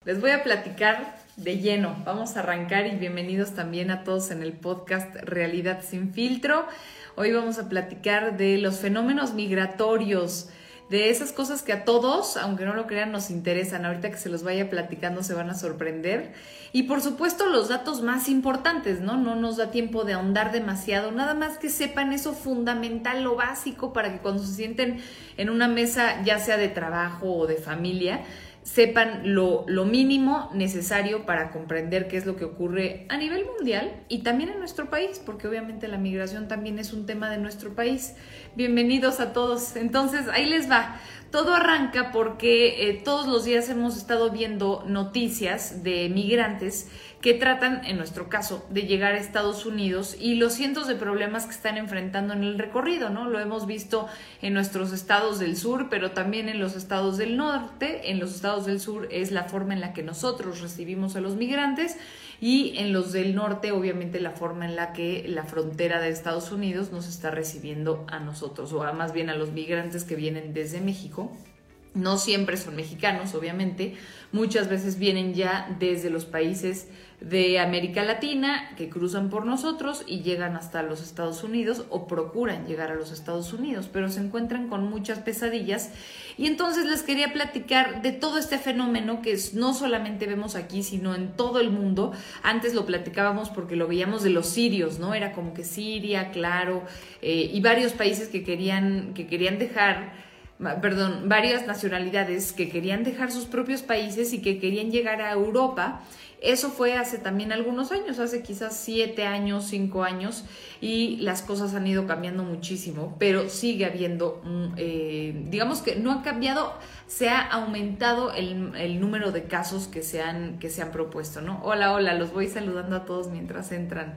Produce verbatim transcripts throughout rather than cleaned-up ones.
Les voy a platicar de lleno. Vamos a arrancar y bienvenidos también a todos en el podcast Realidad Sin Filtro. Hoy vamos a platicar de los fenómenos migratorios, de esas cosas que a todos, aunque no lo crean, nos interesan. Ahorita que se los vaya platicando se van a sorprender. Y por supuesto los datos más importantes, ¿no? No nos da tiempo de ahondar demasiado, nada más que sepan eso fundamental, lo básico, para que cuando se sienten en una mesa, ya sea de trabajo o de familia, sepan lo, lo mínimo necesario para comprender qué es lo que ocurre a nivel mundial y también en nuestro país, porque obviamente la migración también es un tema de nuestro país. Bienvenidos a todos. Entonces, ahí les va. Todo arranca porque eh, todos los días hemos estado viendo noticias de migrantes que tratan, en nuestro caso, de llegar a Estados Unidos y los cientos de problemas que están enfrentando en el recorrido, ¿no? Lo hemos visto en nuestros estados del sur, pero también en los estados del norte. En los estados del sur es la forma en la que nosotros recibimos a los migrantes y en los del norte, obviamente, la forma en la que la frontera de Estados Unidos nos está recibiendo a nosotros, o a, más bien a los migrantes que vienen desde México. No siempre son mexicanos, obviamente. Muchas veces vienen ya desde los países de América Latina, que cruzan por nosotros y llegan hasta los Estados Unidos o procuran llegar a los Estados Unidos, pero se encuentran con muchas pesadillas. Y entonces les quería platicar de todo este fenómeno que no solamente vemos aquí, sino en todo el mundo. Antes lo platicábamos porque lo veíamos de los sirios, ¿no? Era como que Siria, claro, eh, y varios países que querían, que querían dejar... perdón, varias nacionalidades que querían dejar sus propios países y que querían llegar a Europa. Eso fue hace también algunos años, hace quizás siete años, cinco años, y las cosas han ido cambiando muchísimo, pero sigue habiendo, eh, digamos que no ha cambiado, se ha aumentado el, el número de casos que se han, que se han propuesto, ¿no? Hola, hola, los voy saludando a todos mientras entran.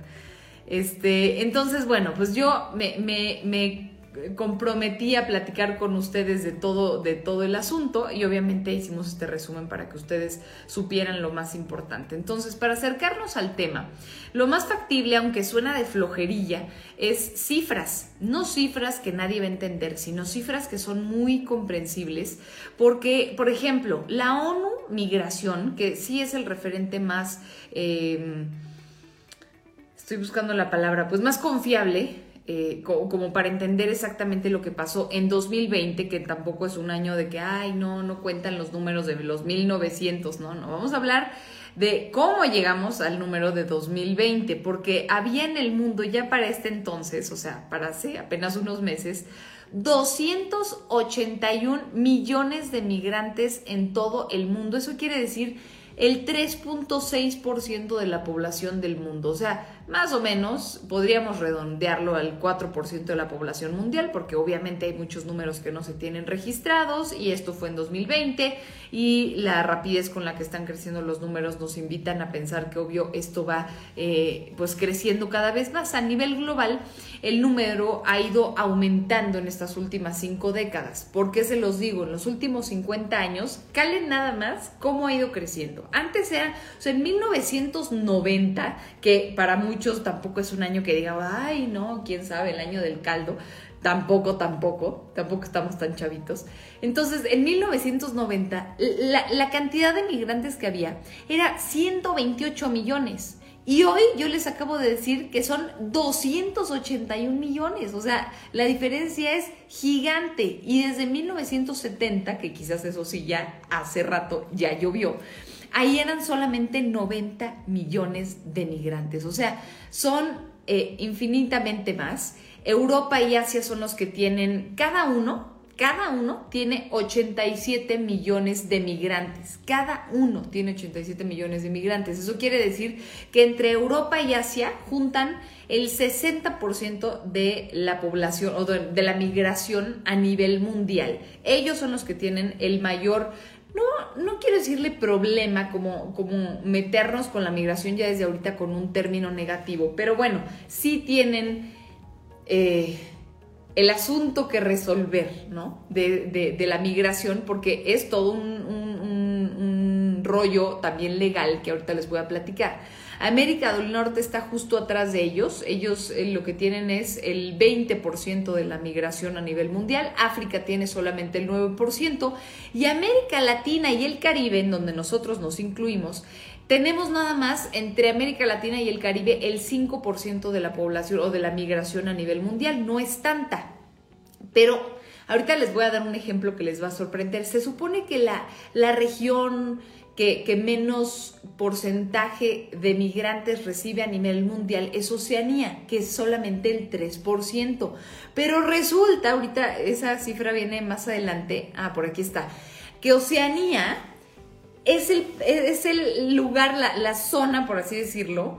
Este, entonces, bueno, pues yo me... me, me comprometí a platicar con ustedes de todo, de todo el asunto y obviamente hicimos este resumen para que ustedes supieran lo más importante. Entonces, para acercarnos al tema, lo más factible, aunque suena de flojerilla, es cifras, no cifras que nadie va a entender, sino cifras que son muy comprensibles, porque, por ejemplo, la ONU Migración, que sí es el referente más, eh, estoy buscando la palabra, pues más confiable, Eh, como, como para entender exactamente lo que pasó en dos mil veinte, que tampoco es un año de que, ay, no, no cuentan los números de los mil novecientos, no, no, vamos a hablar de cómo llegamos al número de dos mil veinte, porque había en el mundo ya para este entonces, o sea, para hace apenas unos meses, doscientos ochenta y un millones de migrantes en todo el mundo. Eso quiere decir el tres punto seis por ciento de la población del mundo, o sea, más o menos podríamos redondearlo al cuatro por ciento de la población mundial, porque obviamente hay muchos números que no se tienen registrados y esto fue en dos mil veinte y la rapidez con la que están creciendo los números nos invitan a pensar que obvio esto va eh, pues creciendo cada vez más. A nivel global el número ha ido aumentando en estas últimas cinco décadas. ¿Por qué se los digo? En los últimos cincuenta años, calen nada más cómo ha ido creciendo. Antes era, o sea, en mil novecientos noventa, que para muchos tampoco es un año que diga, ay, no, quién sabe, el año del caldo, tampoco, tampoco, tampoco estamos tan chavitos. Entonces, en mil novecientos noventa, la, la cantidad de migrantes que había era ciento veintiocho millones. Y hoy yo les acabo de decir que son doscientos ochenta y un millones, o sea, la diferencia es gigante. Y desde mil novecientos setenta, que quizás eso sí ya hace rato ya llovió, ahí eran solamente noventa millones de migrantes, o sea, son eh, infinitamente más. Europa y Asia son los que tienen, cada uno, cada uno tiene ochenta y siete millones de migrantes, cada uno tiene ochenta y siete millones de migrantes. Eso quiere decir que entre Europa y Asia juntan el sesenta por ciento de la población o de, de la migración a nivel mundial. Ellos son los que tienen el mayor... No, no quiero decirle problema, como, como meternos con la migración ya desde ahorita con un término negativo, pero bueno, sí tienen eh, el asunto que resolver, ¿no? De, de, de la migración, porque es todo un, un, un, un rollo también legal que ahorita les voy a platicar. América del Norte está justo atrás de ellos. Ellos eh, lo que tienen es el veinte por ciento de la migración a nivel mundial. África tiene solamente el nueve por ciento. Y América Latina y el Caribe, en donde nosotros nos incluimos, tenemos nada más entre América Latina y el Caribe el cinco por ciento de la población o de la migración a nivel mundial. No es tanta, pero ahorita les voy a dar un ejemplo que les va a sorprender. Se supone que la, la región que, que menos porcentaje de migrantes recibe a nivel mundial es Oceanía, que es solamente el tres por ciento. Pero resulta, ahorita esa cifra viene más adelante, ah, por aquí está, que Oceanía es el, es el lugar, la, la zona, por así decirlo,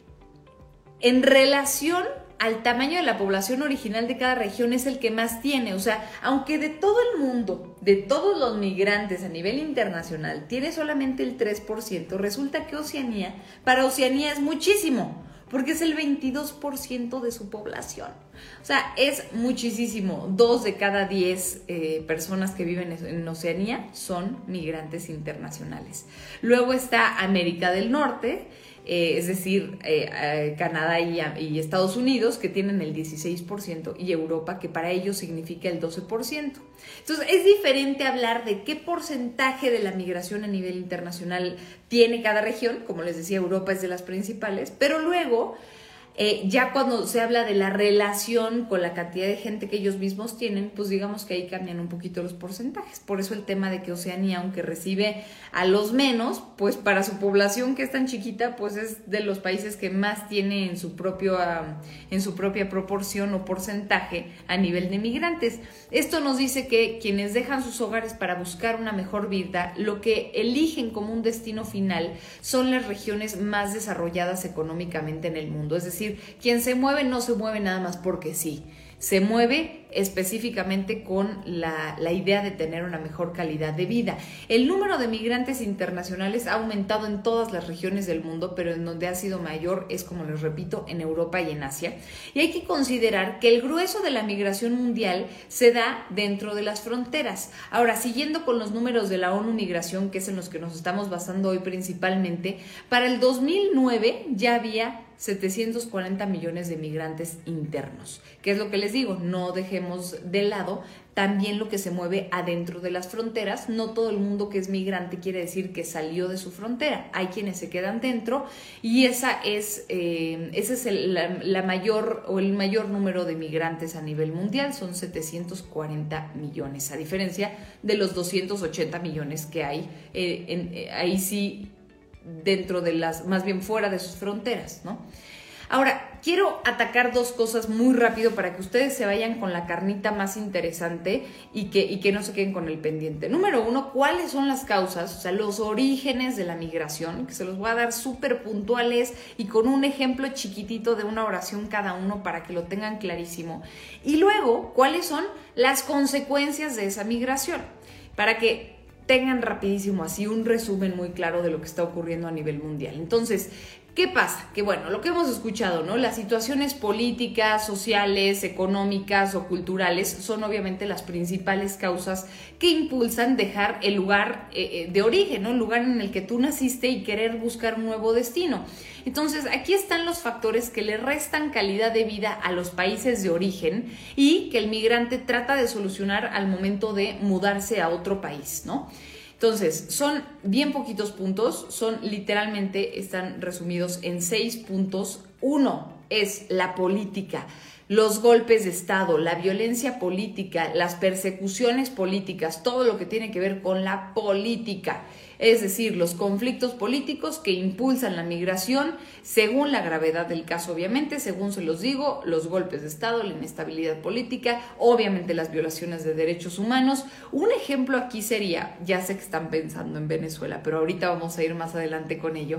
en relación al tamaño de la población original de cada región es el que más tiene. O sea, aunque de todo el mundo, de todos los migrantes a nivel internacional, tiene solamente el tres por ciento, resulta que Oceanía, para Oceanía es muchísimo, porque es el veintidós por ciento de su población. O sea, es muchísimo. Dos de cada diez eh, personas que viven en Oceanía son migrantes internacionales. Luego está América del Norte, Eh, es decir, eh, eh, Canadá y, y Estados Unidos, que tienen el dieciséis por ciento, y Europa, que para ellos significa el doce por ciento. Entonces, es diferente hablar de qué porcentaje de la migración a nivel internacional tiene cada región. Como les decía, Europa es de las principales, pero luego, eh, ya cuando se habla de la relación con la cantidad de gente que ellos mismos tienen, pues digamos que ahí cambian un poquito los porcentajes. Por eso el tema de que Oceanía, aunque recibe a los menos, pues para su población que es tan chiquita, pues es de los países que más tiene en su propio, uh, en su propia proporción o porcentaje a nivel de migrantes. Esto nos dice que quienes dejan sus hogares para buscar una mejor vida, lo que eligen como un destino final son las regiones más desarrolladas económicamente en el mundo. Es decir, quien se mueve no se mueve nada más porque sí. Se mueve específicamente con la, la idea de tener una mejor calidad de vida. El número de migrantes internacionales ha aumentado en todas las regiones del mundo, pero en donde ha sido mayor es, como les repito, en Europa y en Asia. Y hay que considerar que el grueso de la migración mundial se da dentro de las fronteras. Ahora, siguiendo con los números de la ONU Migración, que es en los que nos estamos basando hoy principalmente, para el dos mil nueve ya había setecientos cuarenta millones de migrantes internos. ¿Qué es lo que les digo? No dejemos de lado también lo que se mueve adentro de las fronteras. No todo el mundo que es migrante quiere decir que salió de su frontera. Hay quienes se quedan dentro y esa es, eh, ese es el, la, la mayor o el mayor número de migrantes a nivel mundial. Son setecientos cuarenta millones, a diferencia de los doscientos ochenta millones que hay. Eh, en, eh, ahí sí, dentro de las, más bien fuera de sus fronteras, ¿no? Ahora, quiero atacar dos cosas muy rápido para que ustedes se vayan con la carnita más interesante y que, y que no se queden con el pendiente. Número uno, ¿cuáles son las causas? O sea, los orígenes de la migración, que se los voy a dar súper puntuales y con un ejemplo chiquitito de una oración cada uno para que lo tengan clarísimo. Y luego, ¿cuáles son las consecuencias de esa migración? Para que tengan rapidísimo así un resumen muy claro de lo que está ocurriendo a nivel mundial. Entonces, ¿qué pasa? Que bueno, lo que hemos escuchado, ¿no? Las situaciones políticas, sociales, económicas o culturales son obviamente las principales causas que impulsan dejar el lugar eh, de origen, ¿no? El lugar en el que tú naciste y querer buscar un nuevo destino. Entonces, aquí están los factores que le restan calidad de vida a los países de origen y que el migrante trata de solucionar al momento de mudarse a otro país, ¿no? Entonces, son bien poquitos puntos, son literalmente, están resumidos en seis puntos. Uno es la política, los golpes de Estado, la violencia política, las persecuciones políticas, todo lo que tiene que ver con la política. Es decir, los conflictos políticos que impulsan la migración según la gravedad del caso, obviamente, según se los digo, los golpes de Estado, la inestabilidad política, obviamente las violaciones de derechos humanos. Un ejemplo aquí sería, ya sé que están pensando en Venezuela, pero ahorita vamos a ir más adelante con ello.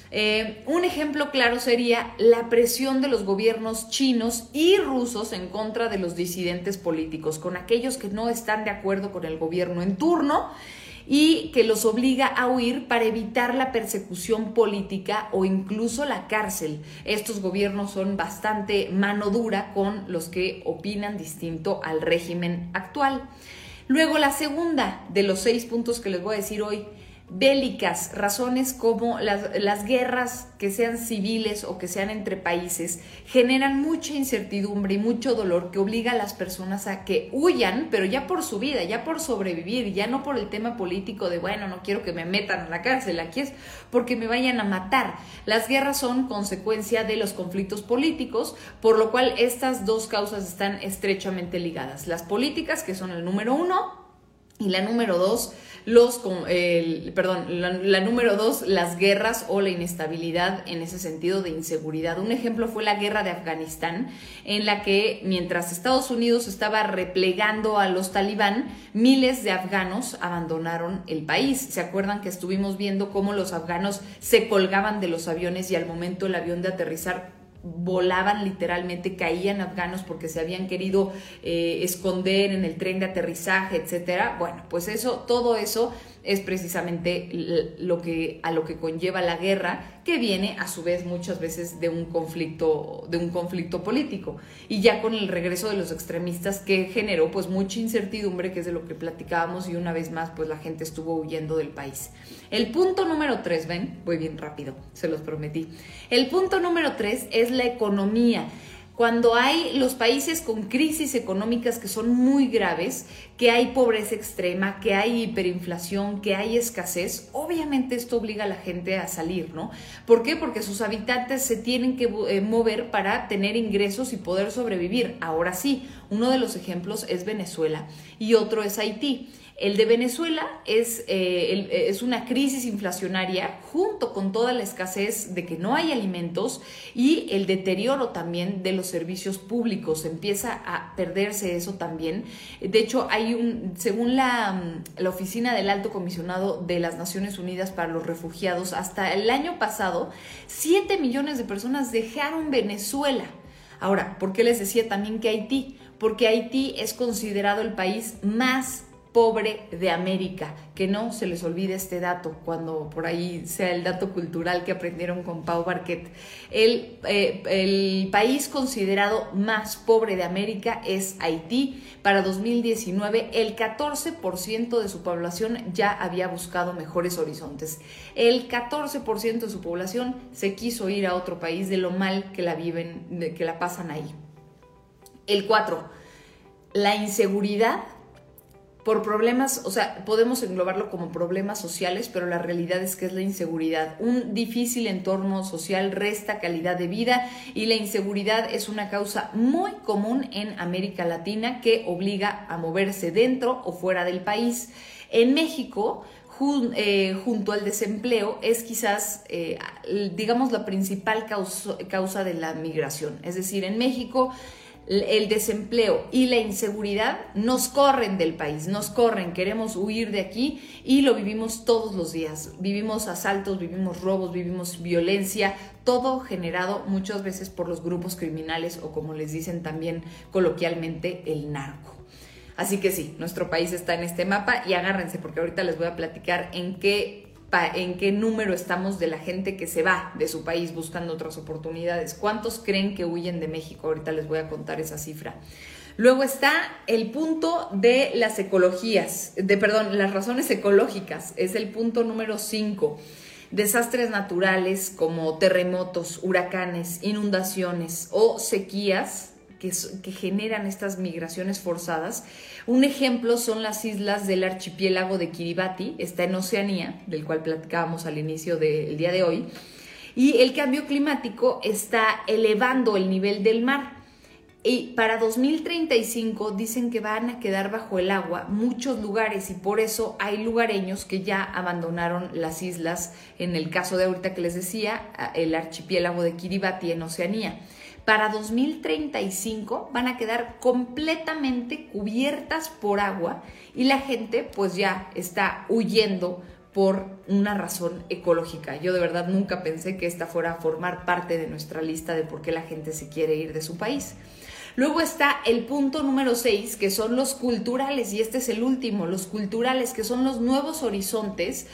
Eh, un ejemplo claro sería la presión de los gobiernos chinos y rusos en contra de los disidentes políticos, con aquellos que no están de acuerdo con el gobierno en turno y que los obliga a huir para evitar la persecución política o incluso la cárcel. Estos gobiernos son bastante mano dura con los que opinan distinto al régimen actual. Luego, la segunda de los seis puntos que les voy a decir hoy, bélicas, razones como las, las guerras que sean civiles o que sean entre países, generan mucha incertidumbre y mucho dolor que obliga a las personas a que huyan, pero ya por su vida, ya por sobrevivir, ya no por el tema político de, bueno, no quiero que me metan a la cárcel, aquí es porque me vayan a matar. Las guerras son consecuencia de los conflictos políticos, por lo cual estas dos causas están estrechamente ligadas. Las políticas, que son el número uno, y la número dos, los, el, perdón, la, la número dos, las guerras o la inestabilidad en ese sentido de inseguridad. Un ejemplo fue la guerra de Afganistán, en la que mientras Estados Unidos estaba replegando a los talibán, miles de afganos abandonaron el país. ¿Se acuerdan que estuvimos viendo cómo los afganos se colgaban de los aviones y al momento el avión de aterrizar volaban literalmente, caían afganos porque se habían querido eh, esconder en el tren de aterrizaje, etcétera? Bueno, pues eso, todo eso es precisamente lo que, a lo que conlleva la guerra, que viene a su vez muchas veces de un conflicto, de un conflicto político, y ya con el regreso de los extremistas que generó pues mucha incertidumbre, que es de lo que platicábamos, y una vez más pues la gente estuvo huyendo del país. El punto número tres, ven, voy bien rápido, se los prometí. El punto número tres es la economía. Cuando hay los países con crisis económicas que son muy graves, que hay pobreza extrema, que hay hiperinflación, que hay escasez, obviamente esto obliga a la gente a salir, ¿no? ¿Por qué? Porque sus habitantes se tienen que eh, mover para tener ingresos y poder sobrevivir. Ahora sí, uno de los ejemplos es Venezuela y otro es Haití. El de Venezuela es, eh, el, es una crisis inflacionaria junto con toda la escasez de que no hay alimentos y el deterioro también de los servicios públicos. Empieza a perderse eso también. De hecho, hay un, según la, la Oficina del Alto Comisionado de las Naciones Unidas para los Refugiados, hasta el año pasado, siete millones de personas dejaron Venezuela. Ahora, ¿por qué les decía también que Haití? Porque Haití es considerado el país más pobre de América, que no se les olvide este dato cuando por ahí sea el dato cultural que aprendieron con Pau Barquet. El, eh, el país considerado más pobre de América es Haití. Para dos mil diecinueve, el catorce por ciento de su población ya había buscado mejores horizontes. El catorce por ciento de su población se quiso ir a otro país de lo mal que la viven, de que la pasan ahí. El cuatro, la inseguridad por problemas, o sea, podemos englobarlo como problemas sociales, pero la realidad es que es la inseguridad. Un difícil entorno social resta calidad de vida y la inseguridad es una causa muy común en América Latina que obliga a moverse dentro o fuera del país. En México, jun, eh, junto al desempleo, es quizás, eh, digamos, la principal causa, causa de la migración. Es decir, en México, el desempleo y la inseguridad nos corren del país, nos corren, queremos huir de aquí y lo vivimos todos los días. Vivimos asaltos, vivimos robos, vivimos violencia, todo generado muchas veces por los grupos criminales o, como les dicen también coloquialmente, el narco. Así que sí, nuestro país está en este mapa y agárrense porque ahorita les voy a platicar en qué en qué número estamos de la gente que se va de su país buscando otras oportunidades. ¿Cuántos creen que huyen de México? Ahorita les voy a contar esa cifra. Luego está el punto de las ecologías, de perdón, las razones ecológicas, es el punto número cinco. Desastres naturales como terremotos, huracanes, inundaciones o sequías que, que generan estas migraciones forzadas. Un ejemplo son las islas del archipiélago de Kiribati, está en Oceanía, del cual platicábamos al inicio del día de hoy, y el cambio climático está elevando el nivel del mar. Y para dos mil treinta y cinco dicen que van a quedar bajo el agua muchos lugares y por eso hay lugareños que ya abandonaron las islas, en el caso de ahorita que les decía, el archipiélago de Kiribati en Oceanía. Para dos mil treinta y cinco van a quedar completamente cubiertas por agua y la gente pues ya está huyendo por una razón ecológica. Yo de verdad nunca pensé que esta fuera a formar parte de nuestra lista de por qué la gente se quiere ir de su país. Luego está el punto número seis, que son los culturales, y este es el último, los culturales, que son los nuevos horizontes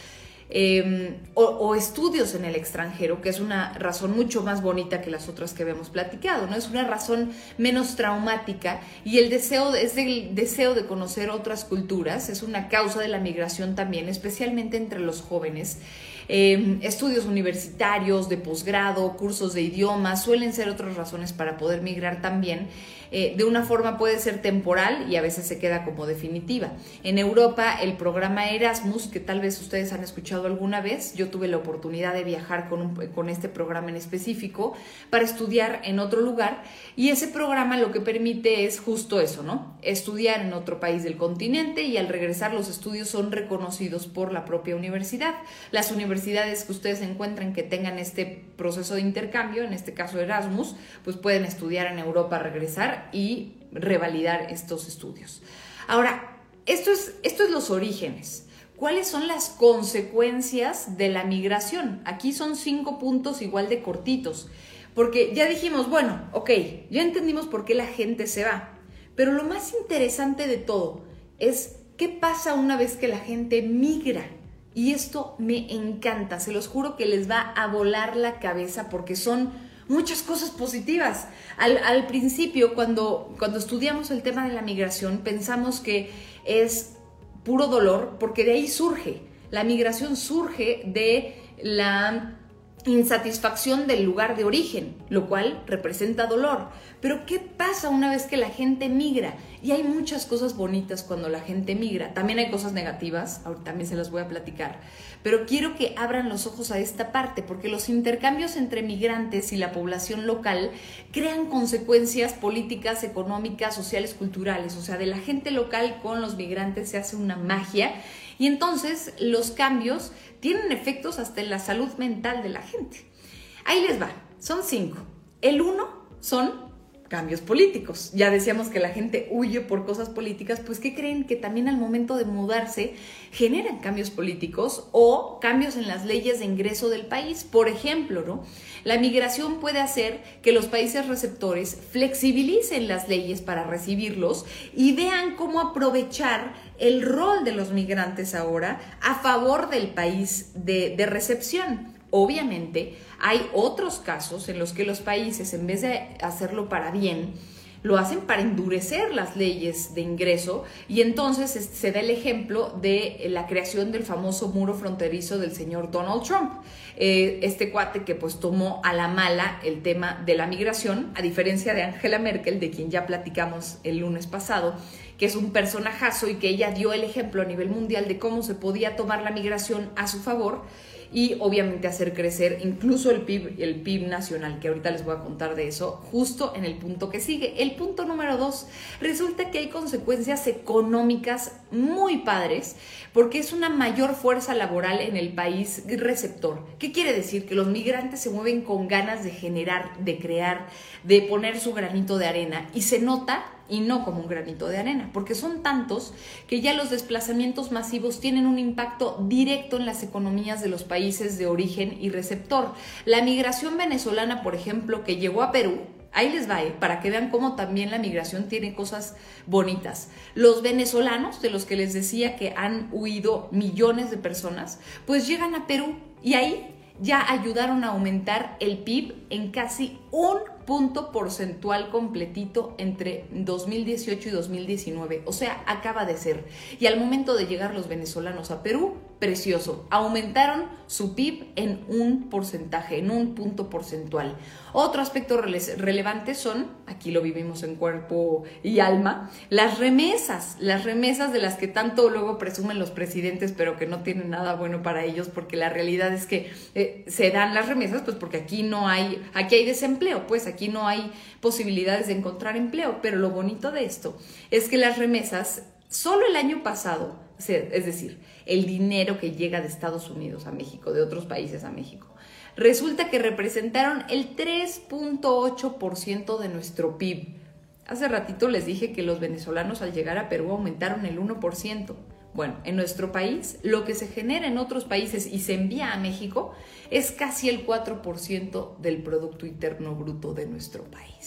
Eh, o, o estudios en el extranjero, que es una razón mucho más bonita que las otras que habíamos platicado, ¿no? Es una razón menos traumática y el deseo es el deseo de conocer otras culturas, es una causa de la migración también, especialmente entre los jóvenes. Eh, estudios universitarios, de posgrado, cursos de idiomas, suelen ser otras razones para poder migrar también. Eh, de una forma puede ser temporal y a veces se queda como definitiva. En Europa el programa Erasmus, que tal vez ustedes han escuchado alguna vez, yo tuve la oportunidad de viajar con, un, con este programa en específico para estudiar en otro lugar, y ese programa lo que permite es justo eso, ¿no? Estudiar en otro país del continente, y al regresar los estudios son reconocidos por la propia universidad. Las universidades que ustedes encuentren que tengan este proceso de intercambio, en este caso Erasmus, pues pueden estudiar en Europa, regresar y revalidar estos estudios. Ahora, esto es, esto es los orígenes. ¿Cuáles son las consecuencias de la migración? Aquí son cinco puntos igual de cortitos, porque ya dijimos, bueno, ok, ya entendimos por qué la gente se va, pero lo más interesante de todo es qué pasa una vez que la gente migra. Y esto me encanta, se los juro que les va a volar la cabeza porque son muchas cosas positivas. Al, al principio, cuando, cuando estudiamos el tema de la migración, pensamos que es puro dolor, porque de ahí surge. La migración surge de la insatisfacción del lugar de origen, lo cual representa dolor. Pero ¿qué pasa una vez que la gente migra? Y hay muchas cosas bonitas cuando la gente migra. También hay cosas negativas, ahorita también se las voy a platicar. Pero quiero que abran los ojos a esta parte, porque los intercambios entre migrantes y la población local crean consecuencias políticas, económicas, sociales, culturales. O sea, de la gente local con los migrantes se hace una magia. Y entonces los cambios tienen efectos hasta en la salud mental de la gente. Ahí les va, son cinco. El uno son cambios políticos. Ya decíamos que la gente huye por cosas políticas, pues ¿qué creen? Que también al momento de mudarse generan cambios políticos o cambios en las leyes de ingreso del país. Por ejemplo, ¿no? La migración puede hacer que los países receptores flexibilicen las leyes para recibirlos y vean cómo aprovechar el rol de los migrantes ahora a favor del país de, de recepción. Obviamente, hay otros casos en los que los países, en vez de hacerlo para bien, lo hacen para endurecer las leyes de ingreso, y entonces se da el ejemplo de la creación del famoso muro fronterizo del señor Donald Trump. Eh, este cuate que pues tomó a la mala el tema de la migración, a diferencia de Angela Merkel, de quien ya platicamos el lunes pasado, que es un personajazo y que ella dio el ejemplo a nivel mundial de cómo se podía tomar la migración a su favor y obviamente hacer crecer incluso el P I B, el P I B nacional, que ahorita les voy a contar de eso justo en el punto que sigue. El punto número dos, resulta que hay consecuencias económicas muy padres porque es una mayor fuerza laboral en el país receptor. ¿Qué quiere decir? Que los migrantes se mueven con ganas de generar, de crear, de poner su granito de arena, y se nota, y no como un granito de arena, porque son tantos que ya los desplazamientos masivos tienen un impacto directo en las economías de los países de origen y receptor. La migración venezolana, por ejemplo, que llegó a Perú, ahí les va, ¿eh? Para que vean cómo también la migración tiene cosas bonitas. Los venezolanos, de los que les decía que han huido millones de personas, pues llegan a Perú y ahí ya ayudaron a aumentar el P I B en casi un punto porcentual completito entre dos mil dieciocho y dos mil diecinueve. O sea, acaba de ser. Y al momento de llegar los venezolanos a Perú, precioso, aumentaron su P I B en un porcentaje, en un punto porcentual. Otro aspecto rele- relevante son, aquí lo vivimos en cuerpo y alma, las remesas, las remesas de las que tanto luego presumen los presidentes, pero que no tienen nada bueno para ellos, porque la realidad es que eh, se dan las remesas, pues porque aquí no hay, aquí hay desempleo, pues aquí no hay posibilidades de encontrar empleo. Pero lo bonito de esto es que las remesas, solo el año pasado, es decir, el dinero que llega de Estados Unidos a México, de otros países a México, resulta que representaron el tres punto ocho por ciento de nuestro P I B. Hace ratito les dije que los venezolanos al llegar a Perú aumentaron el uno por ciento. Bueno, en nuestro país, lo que se genera en otros países y se envía a México es casi el cuatro por ciento del Producto Interno Bruto de nuestro país.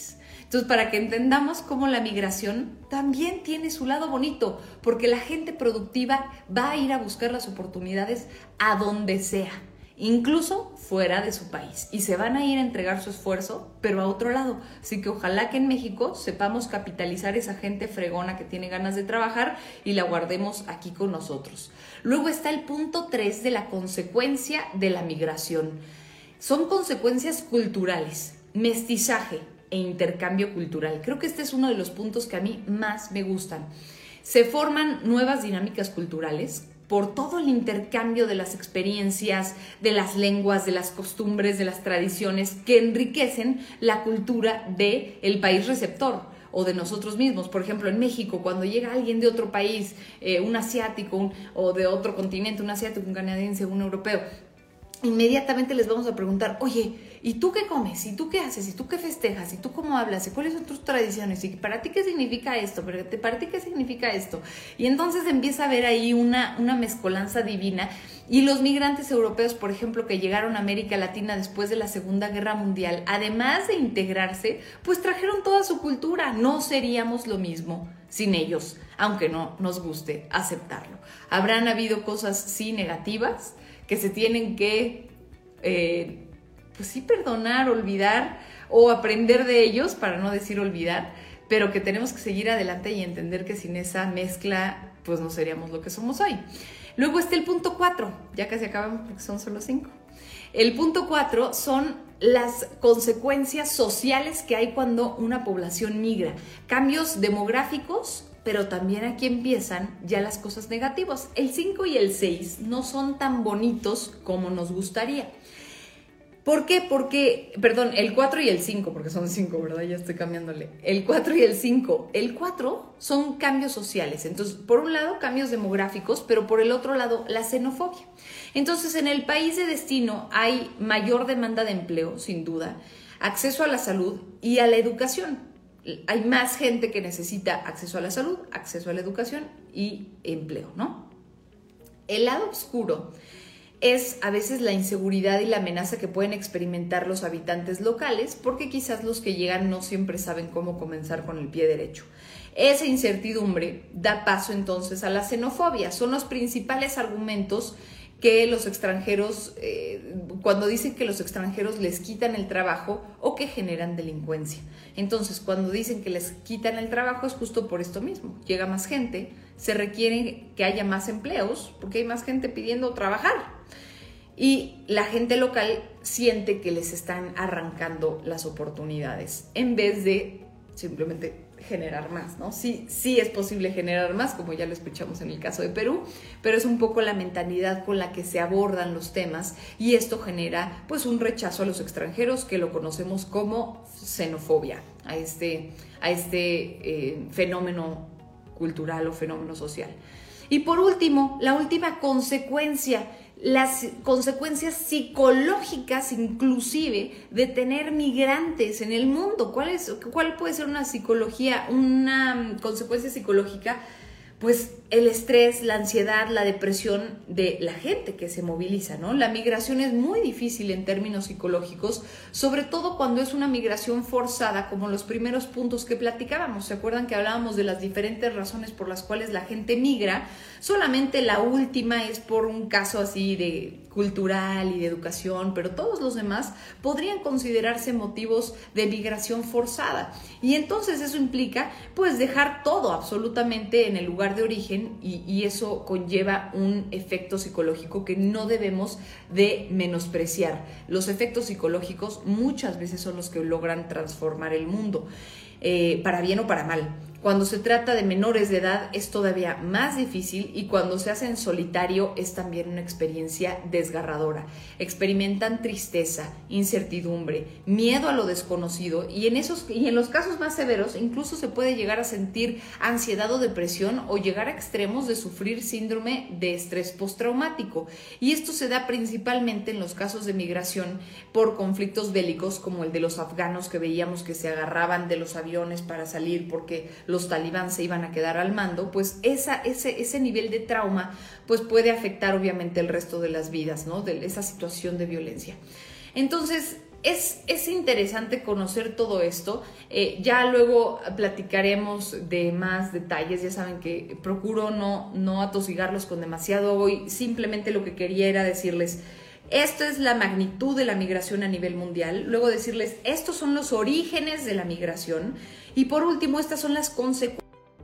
Entonces, para que entendamos cómo la migración también tiene su lado bonito, porque la gente productiva va a ir a buscar las oportunidades a donde sea, incluso fuera de su país, y se van a ir a entregar su esfuerzo, pero a otro lado. Así que ojalá que en México sepamos capitalizar esa gente fregona que tiene ganas de trabajar y la guardemos aquí con nosotros. Luego está el punto tres de la consecuencia de la migración. Son consecuencias culturales, mestizaje e intercambio cultural. Creo que este es uno de los puntos que a mí más me gustan. Se forman nuevas dinámicas culturales por todo el intercambio de las experiencias, de las lenguas, de las costumbres, de las tradiciones que enriquecen la cultura del país receptor o de nosotros mismos. Por ejemplo, en México, cuando llega alguien de otro país, eh, un asiático un, o de otro continente, un asiático, un canadiense, un europeo, inmediatamente les vamos a preguntar, oye, ¿y tú qué comes? ¿Y tú qué haces? ¿Y tú qué festejas? ¿Y tú cómo hablas? ¿Y cuáles son tus tradiciones? ¿Y para ti qué significa esto? ¿Para ti qué significa esto? Y entonces empieza a haber ahí una, una mezcolanza divina. Y los migrantes europeos, por ejemplo, que llegaron a América Latina después de la Segunda Guerra Mundial, además de integrarse, pues trajeron toda su cultura. No seríamos lo mismo sin ellos, aunque no nos guste aceptarlo. Habrán habido cosas, sí, negativas, que se tienen que, eh, pues sí, perdonar, olvidar o aprender de ellos, para no decir olvidar, pero que tenemos que seguir adelante y entender que sin esa mezcla, pues no seríamos lo que somos hoy. Luego está el punto cuatro, ya casi acabamos porque son solo cinco. El punto cuatro son las consecuencias sociales que hay cuando una población migra. Cambios demográficos, pero también aquí empiezan ya las cosas negativas. El cinco y el seis no son tan bonitos como nos gustaría. ¿Por qué? Porque, perdón, el cuatro y el cinco, porque son cinco, ¿verdad? Ya estoy cambiándole. El cuatro y el cinco. El cuatro son cambios sociales. Entonces, por un lado, cambios demográficos, pero por el otro lado, la xenofobia. Entonces, en el país de destino hay mayor demanda de empleo, sin duda, acceso a la salud y a la educación. Hay más gente que necesita acceso a la salud, acceso a la educación y empleo, ¿no? El lado oscuro es a veces la inseguridad y la amenaza que pueden experimentar los habitantes locales, porque quizás los que llegan no siempre saben cómo comenzar con el pie derecho. Esa incertidumbre da paso entonces a la xenofobia. Son los principales argumentos que los extranjeros, eh, cuando dicen que los extranjeros les quitan el trabajo o que generan delincuencia. Entonces, cuando dicen que les quitan el trabajo es justo por esto mismo. Llega más gente, se requiere que haya más empleos porque hay más gente pidiendo trabajar. Y la gente local siente que les están arrancando las oportunidades en vez de simplemente generar más, ¿no? Sí, sí es posible generar más, como ya lo escuchamos en el caso de Perú, pero es un poco la mentalidad con la que se abordan los temas y esto genera pues un rechazo a los extranjeros que lo conocemos como xenofobia, a este, a este eh, fenómeno cultural o fenómeno social. Y por último, la última consecuencia, las consecuencias psicológicas inclusive de tener migrantes en el mundo. ¿Cuál es, cuál puede ser una psicología, una consecuencia psicológica? Pues el estrés, la ansiedad, la depresión de la gente que se moviliza, ¿no? La migración es muy difícil en términos psicológicos, sobre todo cuando es una migración forzada, como los primeros puntos que platicábamos. ¿Se acuerdan que hablábamos de las diferentes razones por las cuales la gente migra? Solamente la última es por un caso así de cultural y de educación, pero todos los demás podrían considerarse motivos de migración forzada. Y entonces eso implica pues dejar todo absolutamente en el lugar de origen y, y eso conlleva un efecto psicológico que no debemos de menospreciar. Los efectos psicológicos muchas veces son los que logran transformar el mundo, eh, para bien o para mal. Cuando se trata de menores de edad es todavía más difícil y cuando se hace en solitario es también una experiencia desgarradora. Experimentan tristeza, incertidumbre, miedo a lo desconocido y en, esos, y en los casos más severos incluso se puede llegar a sentir ansiedad o depresión o llegar a extremos de sufrir síndrome de estrés postraumático. Y esto se da principalmente en los casos de migración por conflictos bélicos como el de los afganos que veíamos que se agarraban de los aviones para salir porque los talibán se iban a quedar al mando, pues esa, ese, ese nivel de trauma pues puede afectar obviamente el resto de las vidas, ¿no? De esa situación de violencia. Entonces, Es, es interesante conocer todo esto. Eh, ya luego platicaremos de más detalles. Ya saben que procuro no, no atosigarlos con demasiado. Hoy simplemente lo que quería era decirles, esto es la magnitud de la migración a nivel mundial. Luego decirles, estos son los orígenes de la migración. Y por último, estas son las consecuencias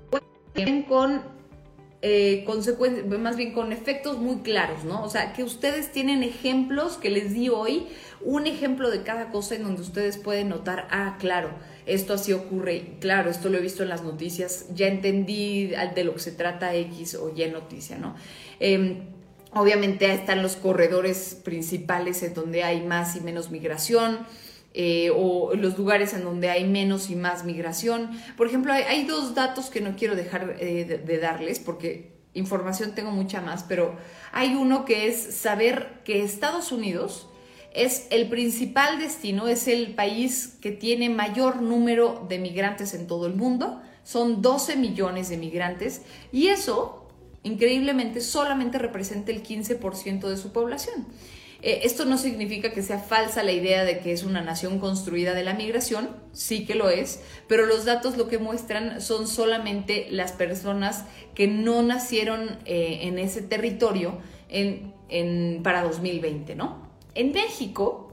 con... Eh, más bien con efectos muy claros, ¿no? O sea, que ustedes tienen ejemplos que les di hoy, un ejemplo de cada cosa en donde ustedes pueden notar, ah, claro, esto así ocurre, claro, esto lo he visto en las noticias, ya entendí de lo que se trata X o Y noticia, ¿no? Eh, obviamente están los corredores principales en donde hay más y menos migración, Eh, o los lugares en donde hay menos y más migración. Por ejemplo, hay, hay dos datos que no quiero dejar eh, de, de darles porque información tengo mucha más, pero hay uno que es saber que Estados Unidos es el principal destino, es el país que tiene mayor número de migrantes en todo el mundo, son doce millones de migrantes y eso, increíblemente, solamente representa el quince por ciento de su población. Eh, esto no significa que sea falsa la idea de que es una nación construida de la migración, sí que lo es, pero los datos lo que muestran son solamente las personas que no nacieron eh, en ese territorio en, en, para dos mil veinte, ¿no? En México,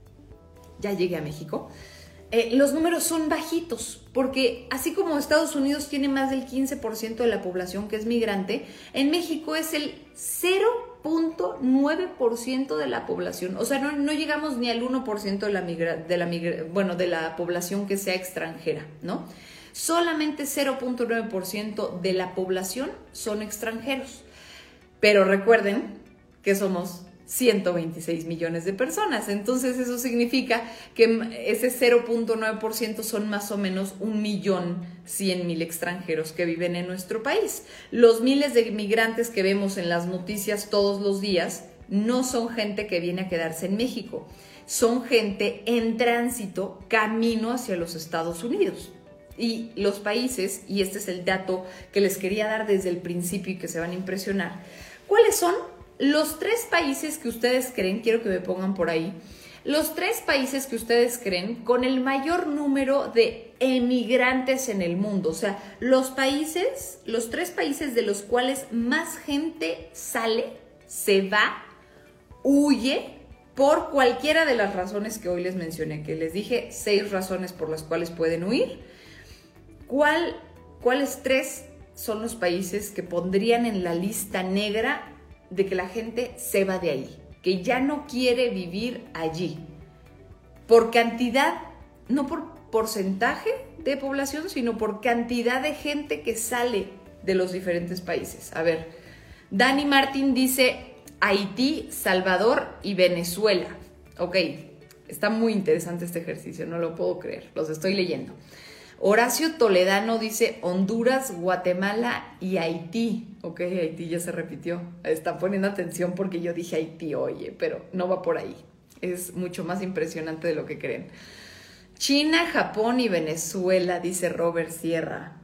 ya llegué a México, eh, los números son bajitos, porque así como Estados Unidos tiene más del quince por ciento de la población que es migrante, en México es el cero punto nueve por ciento de la población, o sea, no, no llegamos ni al uno por ciento de la, migra, de, la migra, bueno, de la población que sea extranjera, ¿no? Solamente cero punto nueve por ciento de la población son extranjeros, pero recuerden que somos ciento veintiséis millones de personas, entonces eso significa que ese cero punto nueve por ciento son más o menos un millón cien mil extranjeros que viven en nuestro país. Los miles de migrantes que vemos en las noticias todos los días no son gente que viene a quedarse en México, son gente en tránsito camino hacia los Estados Unidos. Y los países, y este es el dato que les quería dar desde el principio y que se van a impresionar, ¿cuáles son? Los tres países que ustedes creen, quiero que me pongan por ahí, los tres países que ustedes creen con el mayor número de emigrantes en el mundo, o sea, los países, los tres países de los cuales más gente sale, se va, huye, por cualquiera de las razones que hoy les mencioné, que les dije seis razones por las cuales pueden huir. ¿Cuál, ¿Cuáles tres son los países que pondrían en la lista negra de que la gente se va de ahí, que ya no quiere vivir allí? Por cantidad, no por porcentaje de población, sino por cantidad de gente que sale de los diferentes países. A ver, Dani Martín dice Haití, Salvador y Venezuela. Ok, está muy interesante este ejercicio, no lo puedo creer, los estoy leyendo. Horacio Toledano dice Honduras, Guatemala y Haití. Ok, Haití ya se repitió. Está poniendo atención porque yo dije Haití, oye, pero no va por ahí. Es mucho más impresionante de lo que creen. China, Japón y Venezuela, dice Robert Sierra.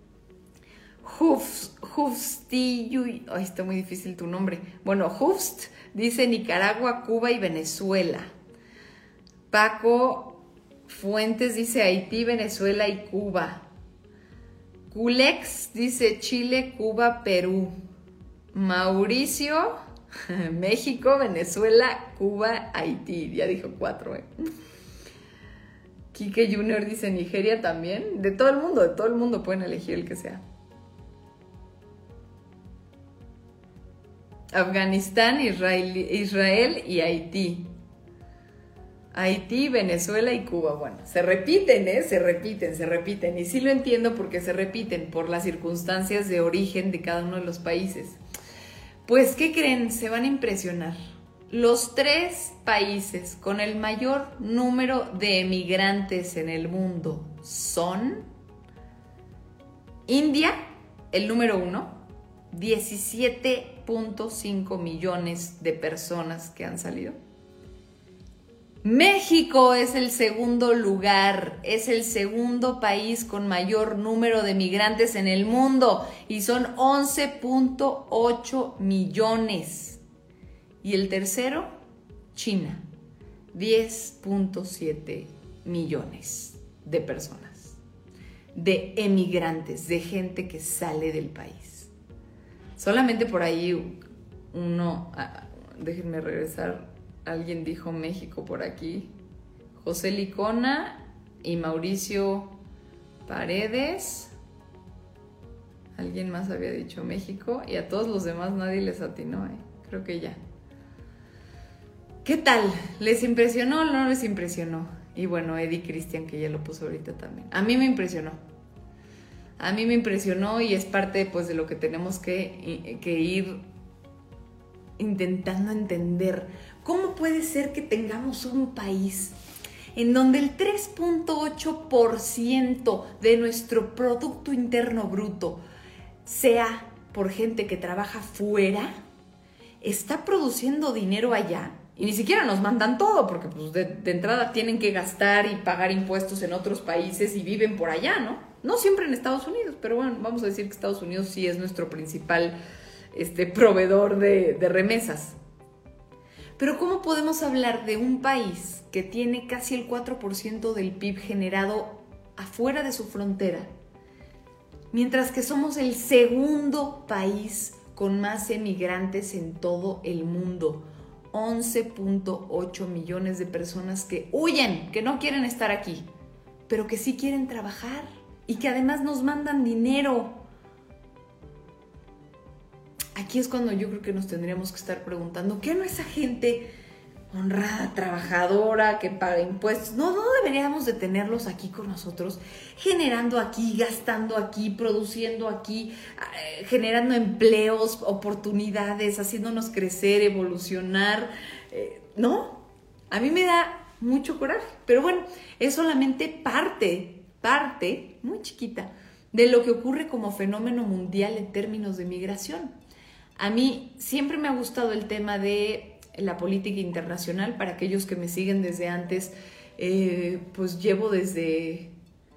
Hufst, Hufstiyuy, ay, está muy difícil tu nombre. Bueno, Hufst dice Nicaragua, Cuba y Venezuela. Paco Fuentes dice Haití, Venezuela y Cuba. Culex dice Chile, Cuba, Perú. Mauricio, México, Venezuela, Cuba, Haití. Ya dijo cuatro, ¿eh? Quique Junior dice Nigeria también. De todo el mundo, de todo el mundo pueden elegir el que sea. Afganistán, Israel, Israel y Haití. Haití, Venezuela y Cuba. Bueno, se repiten, ¿eh? Se repiten, se repiten. Y sí lo entiendo porque se repiten por las circunstancias de origen de cada uno de los países. Pues, ¿qué creen? Se van a impresionar. Los tres países con el mayor número de emigrantes en el mundo son India, el número uno, diecisiete punto cinco millones de personas que han salido. México es el segundo lugar, es el segundo país con mayor número de migrantes en el mundo y son once punto ocho millones. Y el tercero, China, diez punto siete millones de personas, de emigrantes, de gente que sale del país. Solamente por ahí uno, déjenme regresar, alguien dijo México por aquí, José Licona y Mauricio Paredes. Alguien más había dicho México y a todos los demás nadie les atinó, ¿eh? Creo que ya. ¿Qué tal? ¿Les impresionó o no les impresionó? Y bueno, Eddie Cristian, que ya lo puso ahorita también. A mí me impresionó. A mí me impresionó y es parte pues de lo que tenemos que, que ir intentando entender. ¿Cómo puede ser que tengamos un país en donde el tres punto ocho por ciento de nuestro Producto Interno Bruto sea por gente que trabaja fuera, está produciendo dinero allá y ni siquiera nos mandan todo porque pues, de, de entrada tienen que gastar y pagar impuestos en otros países y viven por allá, ¿no? No siempre en Estados Unidos, pero bueno, vamos a decir que Estados Unidos sí es nuestro principal este, proveedor de, de remesas. Pero ¿cómo podemos hablar de un país que tiene casi el cuatro por ciento del P I B generado afuera de su frontera, mientras que somos el segundo país con más emigrantes en todo el mundo? once punto ocho millones de personas que huyen, que no quieren estar aquí, pero que sí quieren trabajar y que además nos mandan dinero. Aquí es cuando yo creo que nos tendríamos que estar preguntando, ¿qué no esa gente honrada, trabajadora, que paga impuestos? No, no deberíamos de tenerlos aquí con nosotros, generando aquí, gastando aquí, produciendo aquí, eh, generando empleos, oportunidades, haciéndonos crecer, evolucionar. Eh, no, a mí me da mucho coraje, pero bueno, es solamente parte, parte muy chiquita de lo que ocurre como fenómeno mundial en términos de migración. A mí siempre me ha gustado el tema de la política internacional. Para aquellos que me siguen desde antes, eh, pues llevo desde,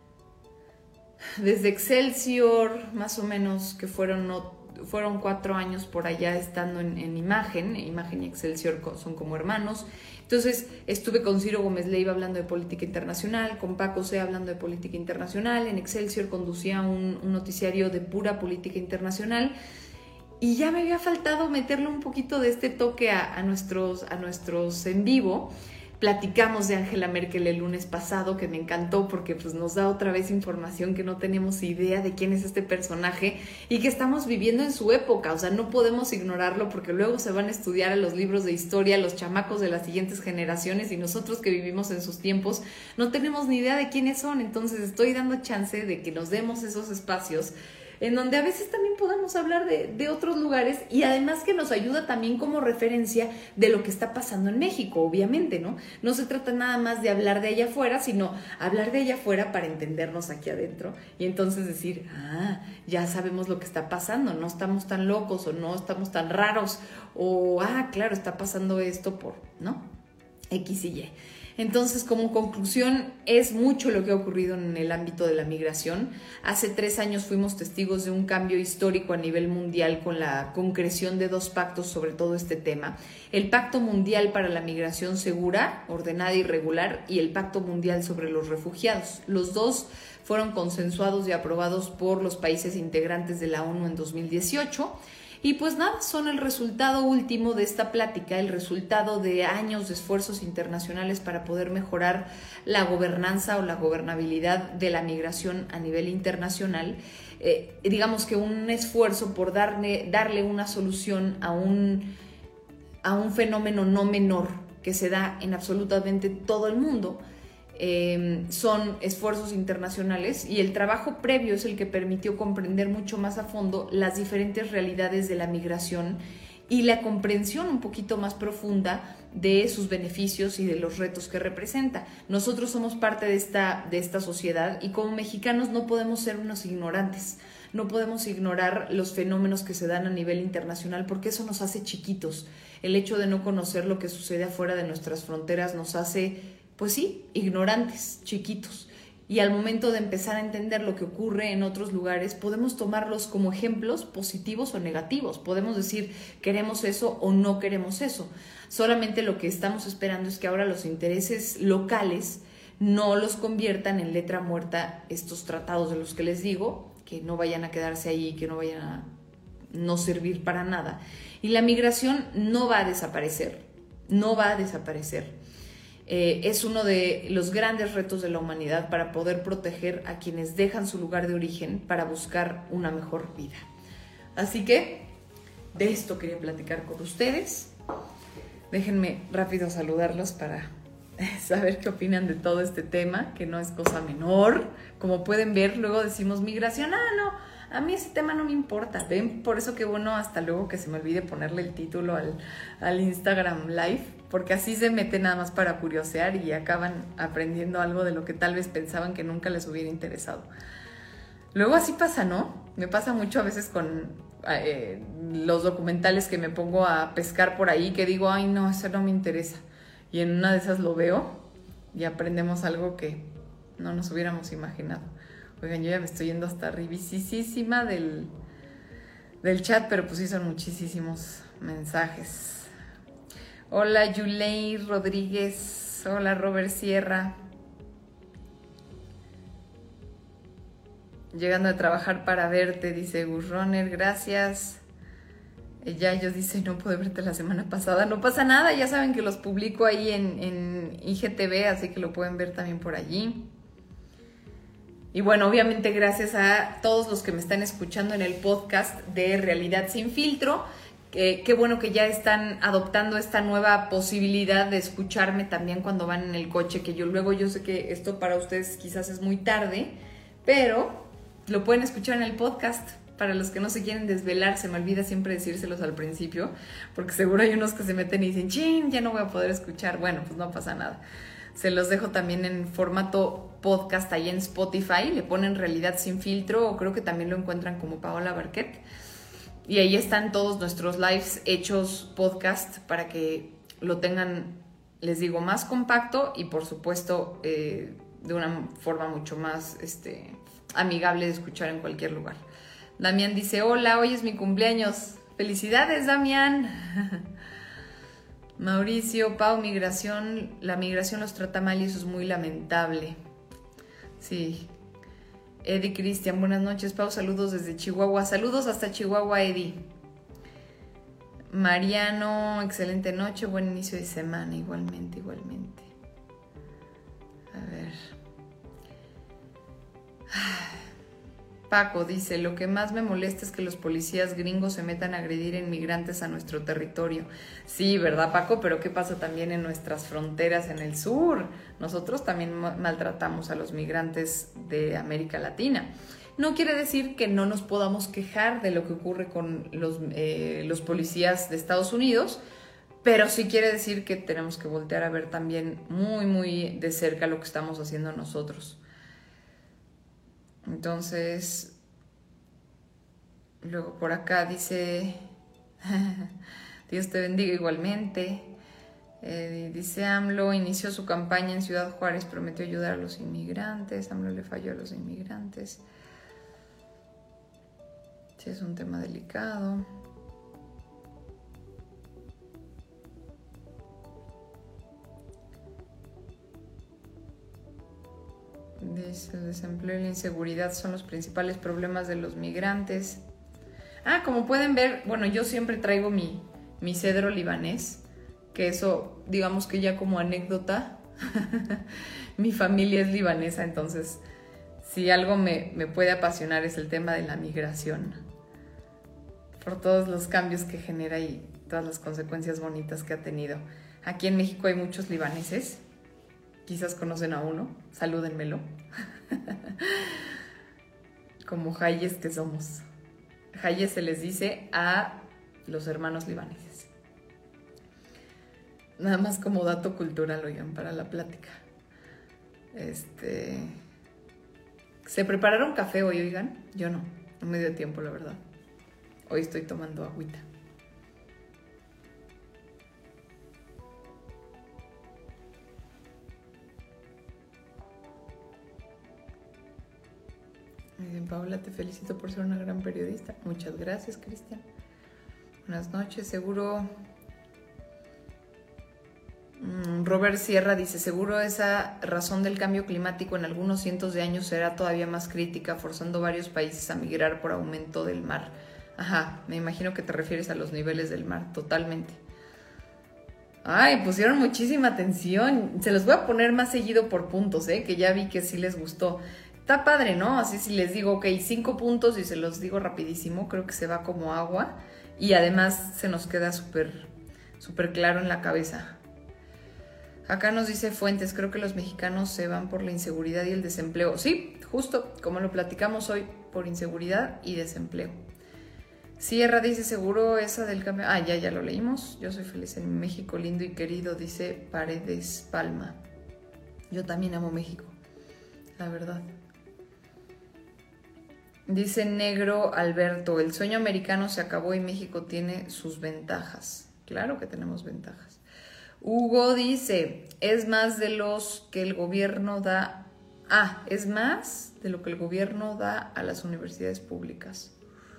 desde Excelsior, más o menos, que fueron, no, fueron cuatro años por allá estando en, en Imagen. Imagen y Excelsior son como hermanos. Entonces estuve con Ciro Gómez Leiva hablando de política internacional, con Paco C. hablando de política internacional. En Excelsior conducía un, un noticiario de pura política internacional. Y ya me había faltado meterle un poquito de este toque a, a, nuestros, a nuestros en vivo. Platicamos de Angela Merkel el lunes pasado, que me encantó porque pues, nos da otra vez información que no tenemos idea de quién es este personaje y que estamos viviendo en su época. O sea, no podemos ignorarlo porque luego se van a estudiar a los libros de historia los chamacos de las siguientes generaciones y nosotros que vivimos en sus tiempos no tenemos ni idea de quiénes son. Entonces estoy dando chance de que nos demos esos espacios en donde a veces también podamos hablar de, de otros lugares y además que nos ayuda también como referencia de lo que está pasando en México, obviamente, ¿no? No se trata nada más de hablar de allá afuera, sino hablar de allá afuera para entendernos aquí adentro y entonces decir, ah, ya sabemos lo que está pasando, no estamos tan locos o no estamos tan raros o, ah, claro, está pasando esto por, ¿no? X y Y. Entonces, como conclusión, es mucho lo que ha ocurrido en el ámbito de la migración. Hace tres años fuimos testigos de un cambio histórico a nivel mundial con la concreción de dos pactos sobre todo este tema. El Pacto Mundial para la Migración Segura, Ordenada y Regular y el Pacto Mundial sobre los Refugiados. Los dos fueron consensuados y aprobados por los países integrantes de la ONU en dos mil dieciocho. Y pues nada, son el resultado último de esta plática, el resultado de años de esfuerzos internacionales para poder mejorar la gobernanza o la gobernabilidad de la migración a nivel internacional. Eh, digamos que un esfuerzo por darle, darle una solución a un, a un fenómeno no menor que se da en absolutamente todo el mundo. Eh, son esfuerzos internacionales y el trabajo previo es el que permitió comprender mucho más a fondo las diferentes realidades de la migración y la comprensión un poquito más profunda de sus beneficios y de los retos que representa. Nosotros somos parte de esta, de esta sociedad y como mexicanos no podemos ser unos ignorantes, no podemos ignorar los fenómenos que se dan a nivel internacional porque eso nos hace chiquitos. El hecho de no conocer lo que sucede afuera de nuestras fronteras nos hace, pues sí, ignorantes, chiquitos. y al momento de empezar a entender lo que ocurre en otros lugares, podemos tomarlos como ejemplos positivos o negativos. Podemos decir, queremos eso o no queremos eso. Solamente lo que estamos esperando es que ahora los intereses locales no los conviertan en letra muerta estos tratados de los que les digo, que no vayan a quedarse ahí, que no vayan a no servir para nada. Y la migración no va a desaparecer, no va a desaparecer. Eh, es uno de los grandes retos de la humanidad para poder proteger a quienes dejan su lugar de origen para buscar una mejor vida. Así que de esto quería platicar con ustedes. Déjenme rápido saludarlos para saber qué opinan de todo este tema, que no es cosa menor. Como pueden ver, luego decimos migración, ah, no, a mí ese tema no me importa. Ven, por eso que bueno, hasta luego que se me olvide ponerle el título al, al Instagram Live, porque así se meten nada más para curiosear y acaban aprendiendo algo de lo que tal vez pensaban que nunca les hubiera interesado. Luego así pasa, ¿no? Me pasa mucho a veces con eh, los documentales que me pongo a pescar por ahí, que digo, ay no, eso no me interesa. Y en una de esas lo veo y aprendemos algo que no nos hubiéramos imaginado. Oigan, yo ya me estoy yendo hasta arribisísima del, del chat, pero pues sí son muchísimos mensajes. Hola Yulei Rodríguez, hola Robert Sierra. Llegando a trabajar para verte, dice Gus Runner, gracias. Ya ellos dicen, no pude verte la semana pasada. No pasa nada, ya saben que los publico ahí en, en I G T V, así que lo pueden ver también por allí. Y bueno, obviamente gracias a todos los que me están escuchando en el podcast de Realidad Sin Filtro. Eh, qué bueno que ya están adoptando esta nueva posibilidad de escucharme también cuando van en el coche, que yo luego yo sé que esto para ustedes quizás es muy tarde, pero lo pueden escuchar en el podcast. Para los que no se quieren desvelar, se me olvida siempre decírselos al principio, porque seguro hay unos que se meten y dicen, chin, ya no voy a poder escuchar. Bueno, pues no pasa nada. Se los dejo también en formato podcast ahí en Spotify, le ponen Realidad Sin Filtro, o creo que también lo encuentran como Paola Barquet. Y ahí están todos nuestros lives hechos podcast para que lo tengan, les digo, más compacto y por supuesto eh, de una forma mucho más este, amigable de escuchar en cualquier lugar. Damián dice, hola, hoy es mi cumpleaños. ¡Felicidades, Damián! Mauricio, Pau, migración, la migración los trata mal y eso es muy lamentable. Sí. Eddie Cristian, buenas noches, Pau, saludos desde Chihuahua. Saludos hasta Chihuahua, Eddie. Mariano, excelente noche, buen inicio de semana, igualmente, igualmente. A ver. Paco dice, lo que más me molesta es que los policías gringos se metan a agredir inmigrantes a nuestro territorio. Sí, ¿verdad, Paco? Pero ¿qué pasa también en nuestras fronteras en el sur? Nosotros también maltratamos a los migrantes de América Latina. No quiere decir que no nos podamos quejar de lo que ocurre con los, eh, los policías de Estados Unidos, pero sí quiere decir que tenemos que voltear a ver también muy, muy de cerca lo que estamos haciendo nosotros. Entonces, luego por acá dice, Dios te bendiga igualmente. Eh, dice AMLO, inició su campaña en Ciudad Juárez, prometió ayudar a los inmigrantes. AMLO le falló a los inmigrantes. Sí, es un tema delicado. Dice, el desempleo y la inseguridad son los principales problemas de los migrantes. Ah, como pueden ver, bueno, yo siempre traigo mi, mi cedro libanés, que eso, digamos que ya como anécdota, mi familia es libanesa, entonces si algo me, me puede apasionar es el tema de la migración, por todos los cambios que genera y todas las consecuencias bonitas que ha tenido. Aquí en México hay muchos libaneses. Quizás conocen a uno, salúdenmelo. Como jayes que somos. Jayes se les dice a los hermanos libaneses. Nada más como dato cultural, oigan, para la plática. Este... ¿Se prepararon café hoy, oigan? Yo no, no me dio tiempo, la verdad. Hoy estoy tomando agüita. Dicen, Paola, te felicito por ser una gran periodista. Muchas gracias, Cristian. Buenas noches, seguro... Robert Sierra dice, seguro esa razón del cambio climático en algunos cientos de años será todavía más crítica, forzando varios países a migrar por aumento del mar. Ajá, me imagino que te refieres a los niveles del mar, totalmente. Ay, pusieron muchísima atención. Se los voy a poner más seguido por puntos, ¿eh? Que ya vi que sí les gustó. Está padre, ¿no? Así si les digo, ok, cinco puntos y se los digo rapidísimo, creo que se va como agua. Y además se nos queda súper, súper claro en la cabeza. Acá nos dice Fuentes, creo que los mexicanos se van por la inseguridad y el desempleo. Sí, justo como lo platicamos hoy, por inseguridad y desempleo. Sierra dice, seguro esa del cambio... Ah, ya, ya lo leímos. Yo soy feliz en México, lindo y querido, dice Paredes Palma. Yo también amo México, la verdad. Dice Negro Alberto, el sueño americano se acabó y México tiene sus ventajas. Claro que tenemos ventajas. Hugo dice, es más de los que el gobierno da... Ah, es más de lo que el gobierno da a las universidades públicas.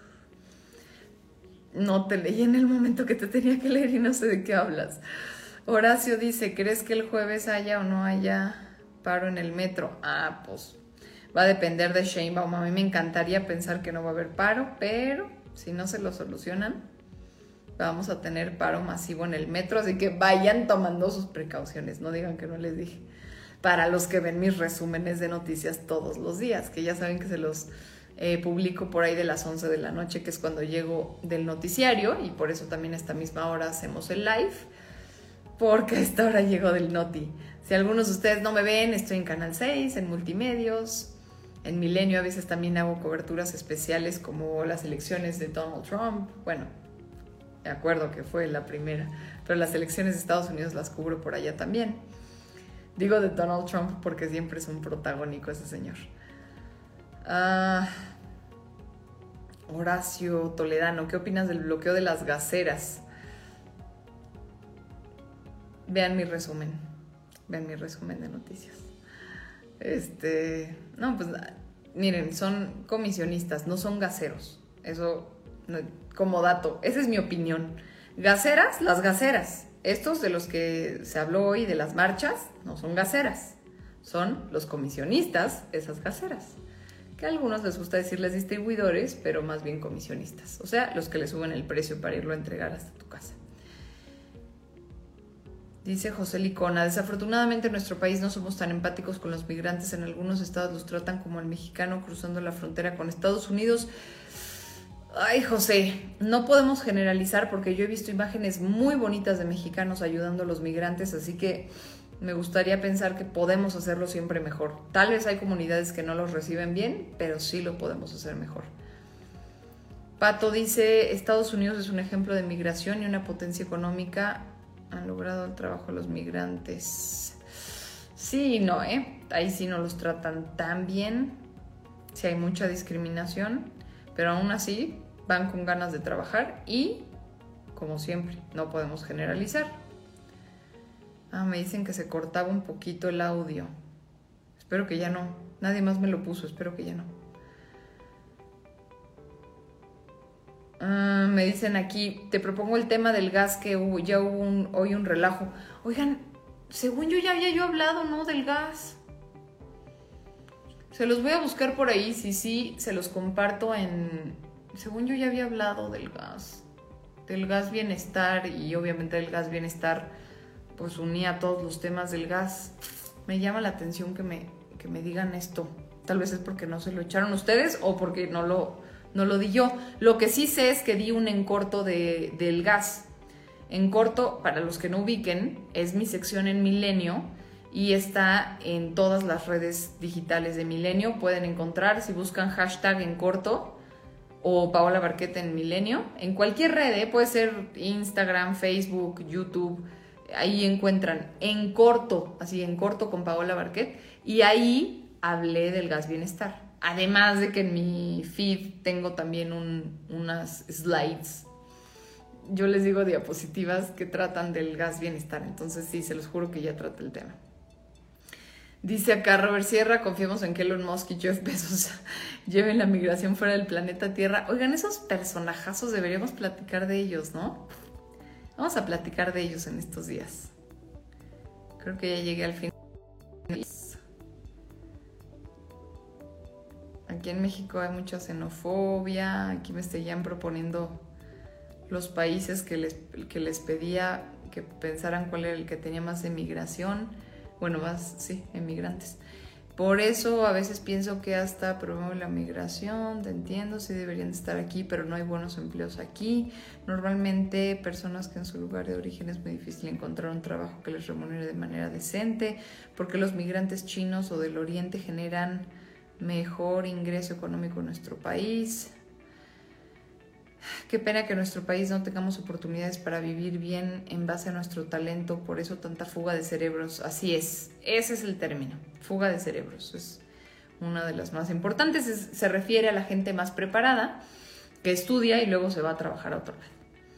No te leí en el momento que te tenía que leer y no sé de qué hablas. Horacio dice, ¿crees que el jueves haya o no haya paro en el metro? Ah, pues va a depender de Sheinbaum. A mí me encantaría pensar que no va a haber paro, pero si no se lo solucionan, vamos a tener paro masivo en el metro, así que vayan tomando sus precauciones, no digan que no les dije. Para los que ven mis resúmenes de noticias todos los días, que ya saben que se los eh, publico por ahí de las once de la noche, que es cuando llego del noticiario, y por eso también a esta misma hora hacemos el live, porque a esta hora llego del noti. Si algunos de ustedes no me ven, estoy en Canal seis, en Multimedios, en Milenio a veces también hago coberturas especiales como las elecciones de Donald Trump, bueno, de acuerdo que fue la primera, pero las elecciones de Estados Unidos las cubro por allá también. Digo de Donald Trump porque siempre es un protagónico ese señor. Ah, Horacio Toledano, ¿qué opinas del bloqueo de las gaseras? Vean mi resumen, vean mi resumen de noticias. Este, no, pues miren, son comisionistas, no son gaseros. Eso como dato, esa es mi opinión. Gaseras, las gaseras. Estos de los que se habló hoy de las marchas, no son gaseras. Son los comisionistas, esas gaseras. Que a algunos les gusta decirles distribuidores, pero más bien comisionistas. O sea, los que le suben el precio para irlo a entregar hasta tu casa. Dice José Licona, desafortunadamente en nuestro país no somos tan empáticos con los migrantes. En algunos estados los tratan como al mexicano cruzando la frontera con Estados Unidos. Ay, José, no podemos generalizar porque yo he visto imágenes muy bonitas de mexicanos ayudando a los migrantes, así que me gustaría pensar que podemos hacerlo siempre mejor. Tal vez hay comunidades que no los reciben bien, pero sí lo podemos hacer mejor. Pato dice, Estados Unidos es un ejemplo de migración y una potencia económica. Han logrado el trabajo de los migrantes. Sí y no, ¿eh? Ahí sí no los tratan tan bien. Sí hay mucha discriminación, pero aún así van con ganas de trabajar y, como siempre, no podemos generalizar. Ah, me dicen que se cortaba un poquito el audio. Espero que ya no. Nadie más me lo puso, espero que ya no. Ah, me dicen aquí, te propongo el tema del gas, que hubo, ya hubo un, hoy un relajo. Oigan, según yo ya había yo hablado, ¿no? Del gas. Se los voy a buscar por ahí, sí, sí, se los comparto en... Según yo ya había hablado del gas. Del gas bienestar y obviamente del gas bienestar pues unía todos los temas del gas. Me llama la atención que me, que me digan esto. Tal vez es porque no se lo echaron ustedes o porque no lo, no lo di yo. Lo que sí sé es que di un en corto de, del gas. En corto, para los que no ubiquen, es mi sección en Milenio y está en todas las redes digitales de Milenio. Pueden encontrar, si buscan hashtag en corto o Paola Barqueta en Milenio, en cualquier red, ¿eh? Puede ser Instagram, Facebook, YouTube, ahí encuentran en corto, así en corto con Paola Barquet, y ahí hablé del gas bienestar. Además de que en mi feed tengo también un, unas slides, yo les digo diapositivas que tratan del gas bienestar, entonces sí, se los juro que ya trata el tema. Dice acá Robert Sierra, confiemos en que Elon Musk y Jeff Bezos lleven la migración fuera del planeta Tierra. Oigan, esos personajazos deberíamos platicar de ellos, ¿no? Vamos a platicar de ellos en estos días. Creo que ya llegué al final. Aquí en México hay mucha xenofobia. Aquí me estarían proponiendo los países que les, que les pedía que pensaran cuál era el que tenía más emigración. Bueno, más, sí, emigrantes. Por eso a veces pienso que hasta promueve la migración, te entiendo, sí deberían estar aquí, pero no hay buenos empleos aquí. Normalmente personas que en su lugar de origen es muy difícil encontrar un trabajo que les remunere de manera decente, porque los migrantes chinos o del oriente generan mejor ingreso económico en nuestro país. Qué pena que en nuestro país no tengamos oportunidades para vivir bien en base a nuestro talento, por eso tanta fuga de cerebros. Así es, ese es el término, fuga de cerebros. Es una de las más importantes, es, se refiere a la gente más preparada que estudia y luego se va a trabajar a otro lado.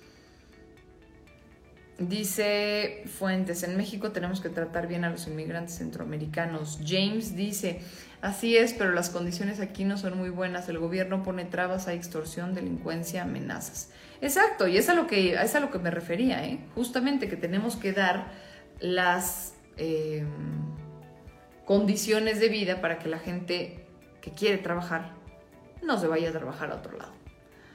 Dice Fuentes, en México tenemos que tratar bien a los inmigrantes centroamericanos. James dice, así es, pero las condiciones aquí no son muy buenas. El gobierno pone trabas, hay extorsión, delincuencia, amenazas. Exacto, y es a lo que, es a lo que me refería, ¿eh? Justamente que tenemos que dar las eh, condiciones de vida para que la gente que quiere trabajar no se vaya a trabajar a otro lado.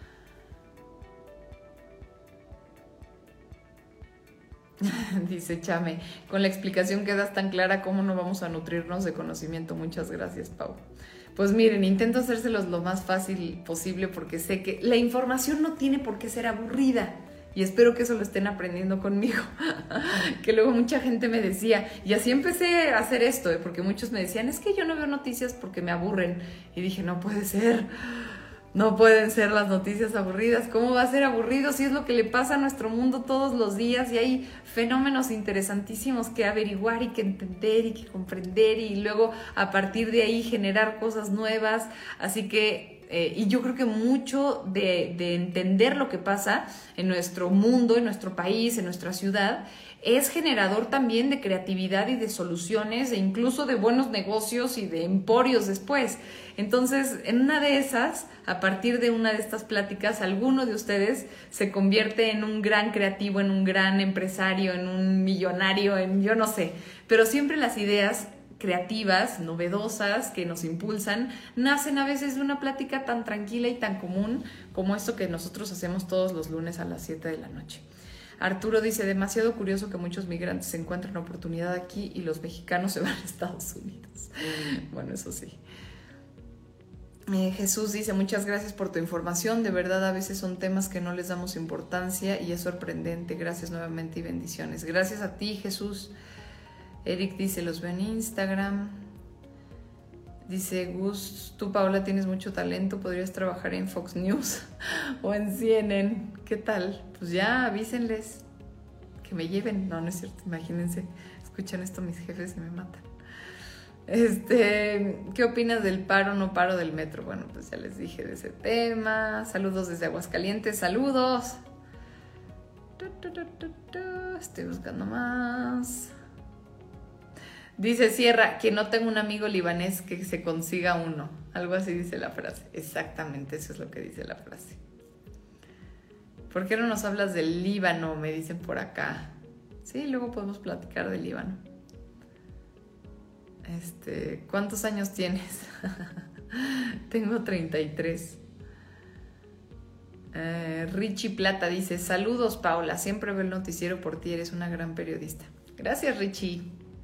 Dice Chame, con la explicación que das tan clara, ¿cómo no vamos a nutrirnos de conocimiento? Muchas gracias, Pau. Pues miren, intento hacérselos lo más fácil posible porque sé que la información no tiene por qué ser aburrida y espero que eso lo estén aprendiendo conmigo. Que luego mucha gente me decía, y así empecé a hacer esto, ¿eh? Porque muchos me decían, es que yo no veo noticias porque me aburren. Y dije, no puede ser. No pueden ser las noticias aburridas. ¿Cómo va a ser aburrido si es lo que le pasa a nuestro mundo todos los días y hay fenómenos interesantísimos que averiguar y que entender y que comprender y luego a partir de ahí generar cosas nuevas? Así que, eh, y yo creo que mucho de, de entender lo que pasa en nuestro mundo, en nuestro país, en nuestra ciudad, es generador también de creatividad y de soluciones e incluso de buenos negocios y de emporios después. Entonces, en una de esas, a partir de una de estas pláticas, alguno de ustedes se convierte en un gran creativo, en un gran empresario, en un millonario, en yo no sé. Pero siempre las ideas creativas, novedosas, que nos impulsan, nacen a veces de una plática tan tranquila y tan común como esto que nosotros hacemos todos los lunes a las siete de la noche. Arturo dice, demasiado curioso que muchos migrantes encuentran oportunidad aquí y los mexicanos se van a Estados Unidos. Bueno, eso sí. Eh, Jesús dice, muchas gracias por tu información, de verdad a veces son temas que no les damos importancia y es sorprendente, gracias nuevamente y bendiciones. Gracias a ti, Jesús. Eric dice, los veo en Instagram. Dice Gus, tú Paola tienes mucho talento, podrías trabajar en Fox News o en C N N, ¿qué tal? Pues ya avísenles que me lleven, no, no es cierto, imagínense, escuchan esto mis jefes y me matan. Este, ¿qué opinas del paro no paro del metro? Bueno, pues ya les dije de ese tema. Saludos desde Aguascalientes, saludos. Estoy buscando más. Dice Sierra, que no tengo un amigo libanés que se consiga uno. Algo así dice la frase. Exactamente, eso es lo que dice la frase. ¿Por qué no nos hablas del Líbano? Me dicen por acá. Sí, luego podemos platicar del Líbano. Este, ¿cuántos años tienes? Tengo treinta y tres. Eh, Richie Plata dice, saludos Paula, siempre veo el noticiero por ti, eres una gran periodista. Gracias Richie.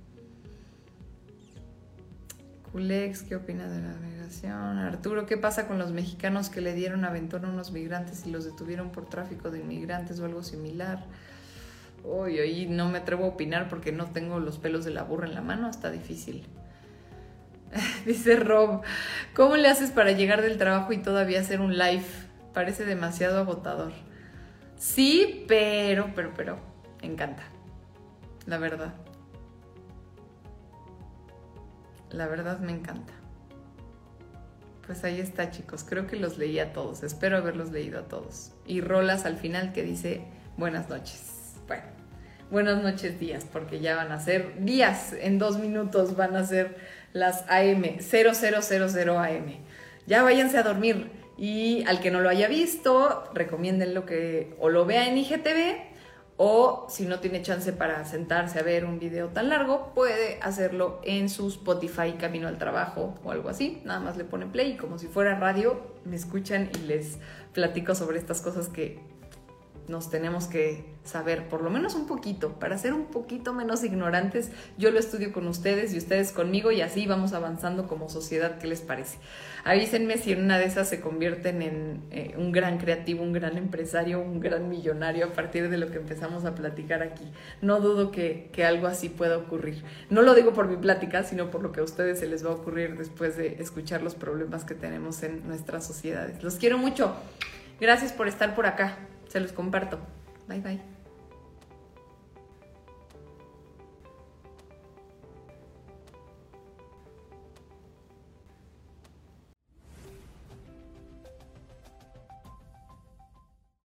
Culex, ¿qué opinas de la migración? Arturo, ¿qué pasa con los mexicanos que le dieron aventón a unos migrantes y los detuvieron por tráfico de inmigrantes o algo similar? Uy, hoy no me atrevo a opinar porque no tengo los pelos de la burra en la mano, está difícil. Dice Rob, ¿cómo le haces para llegar del trabajo y todavía hacer un live? Parece demasiado agotador. Sí, pero, pero, pero, me encanta. La verdad. La verdad me encanta. Pues ahí está, chicos. Creo que los leí a todos. Espero haberlos leído a todos. Y rolas al final que dice buenas noches. Bueno, buenas noches días, porque ya van a ser días, en dos minutos van a ser las A M, cero cero cero cero A M. Ya váyanse a dormir, y al que no lo haya visto, recomiéndenlo que o lo vea en I G T V, o si no tiene chance para sentarse a ver un video tan largo, puede hacerlo en su Spotify camino al trabajo o algo así. Nada más le pone play y como si fuera radio, me escuchan y les platico sobre estas cosas que nos tenemos que saber, por lo menos un poquito, para ser un poquito menos ignorantes. Yo lo estudio con ustedes y ustedes conmigo, y así vamos avanzando como sociedad. ¿Qué les parece? Avísenme si en una de esas se convierten en eh, un gran creativo, un gran empresario, un gran millonario a partir de lo que empezamos a platicar aquí. No dudo que, que algo así pueda ocurrir. No lo digo por mi plática, sino por lo que a ustedes se les va a ocurrir después de escuchar los problemas que tenemos en nuestras sociedades. Los quiero mucho. Gracias por estar por acá. Se los comparto. Bye, bye.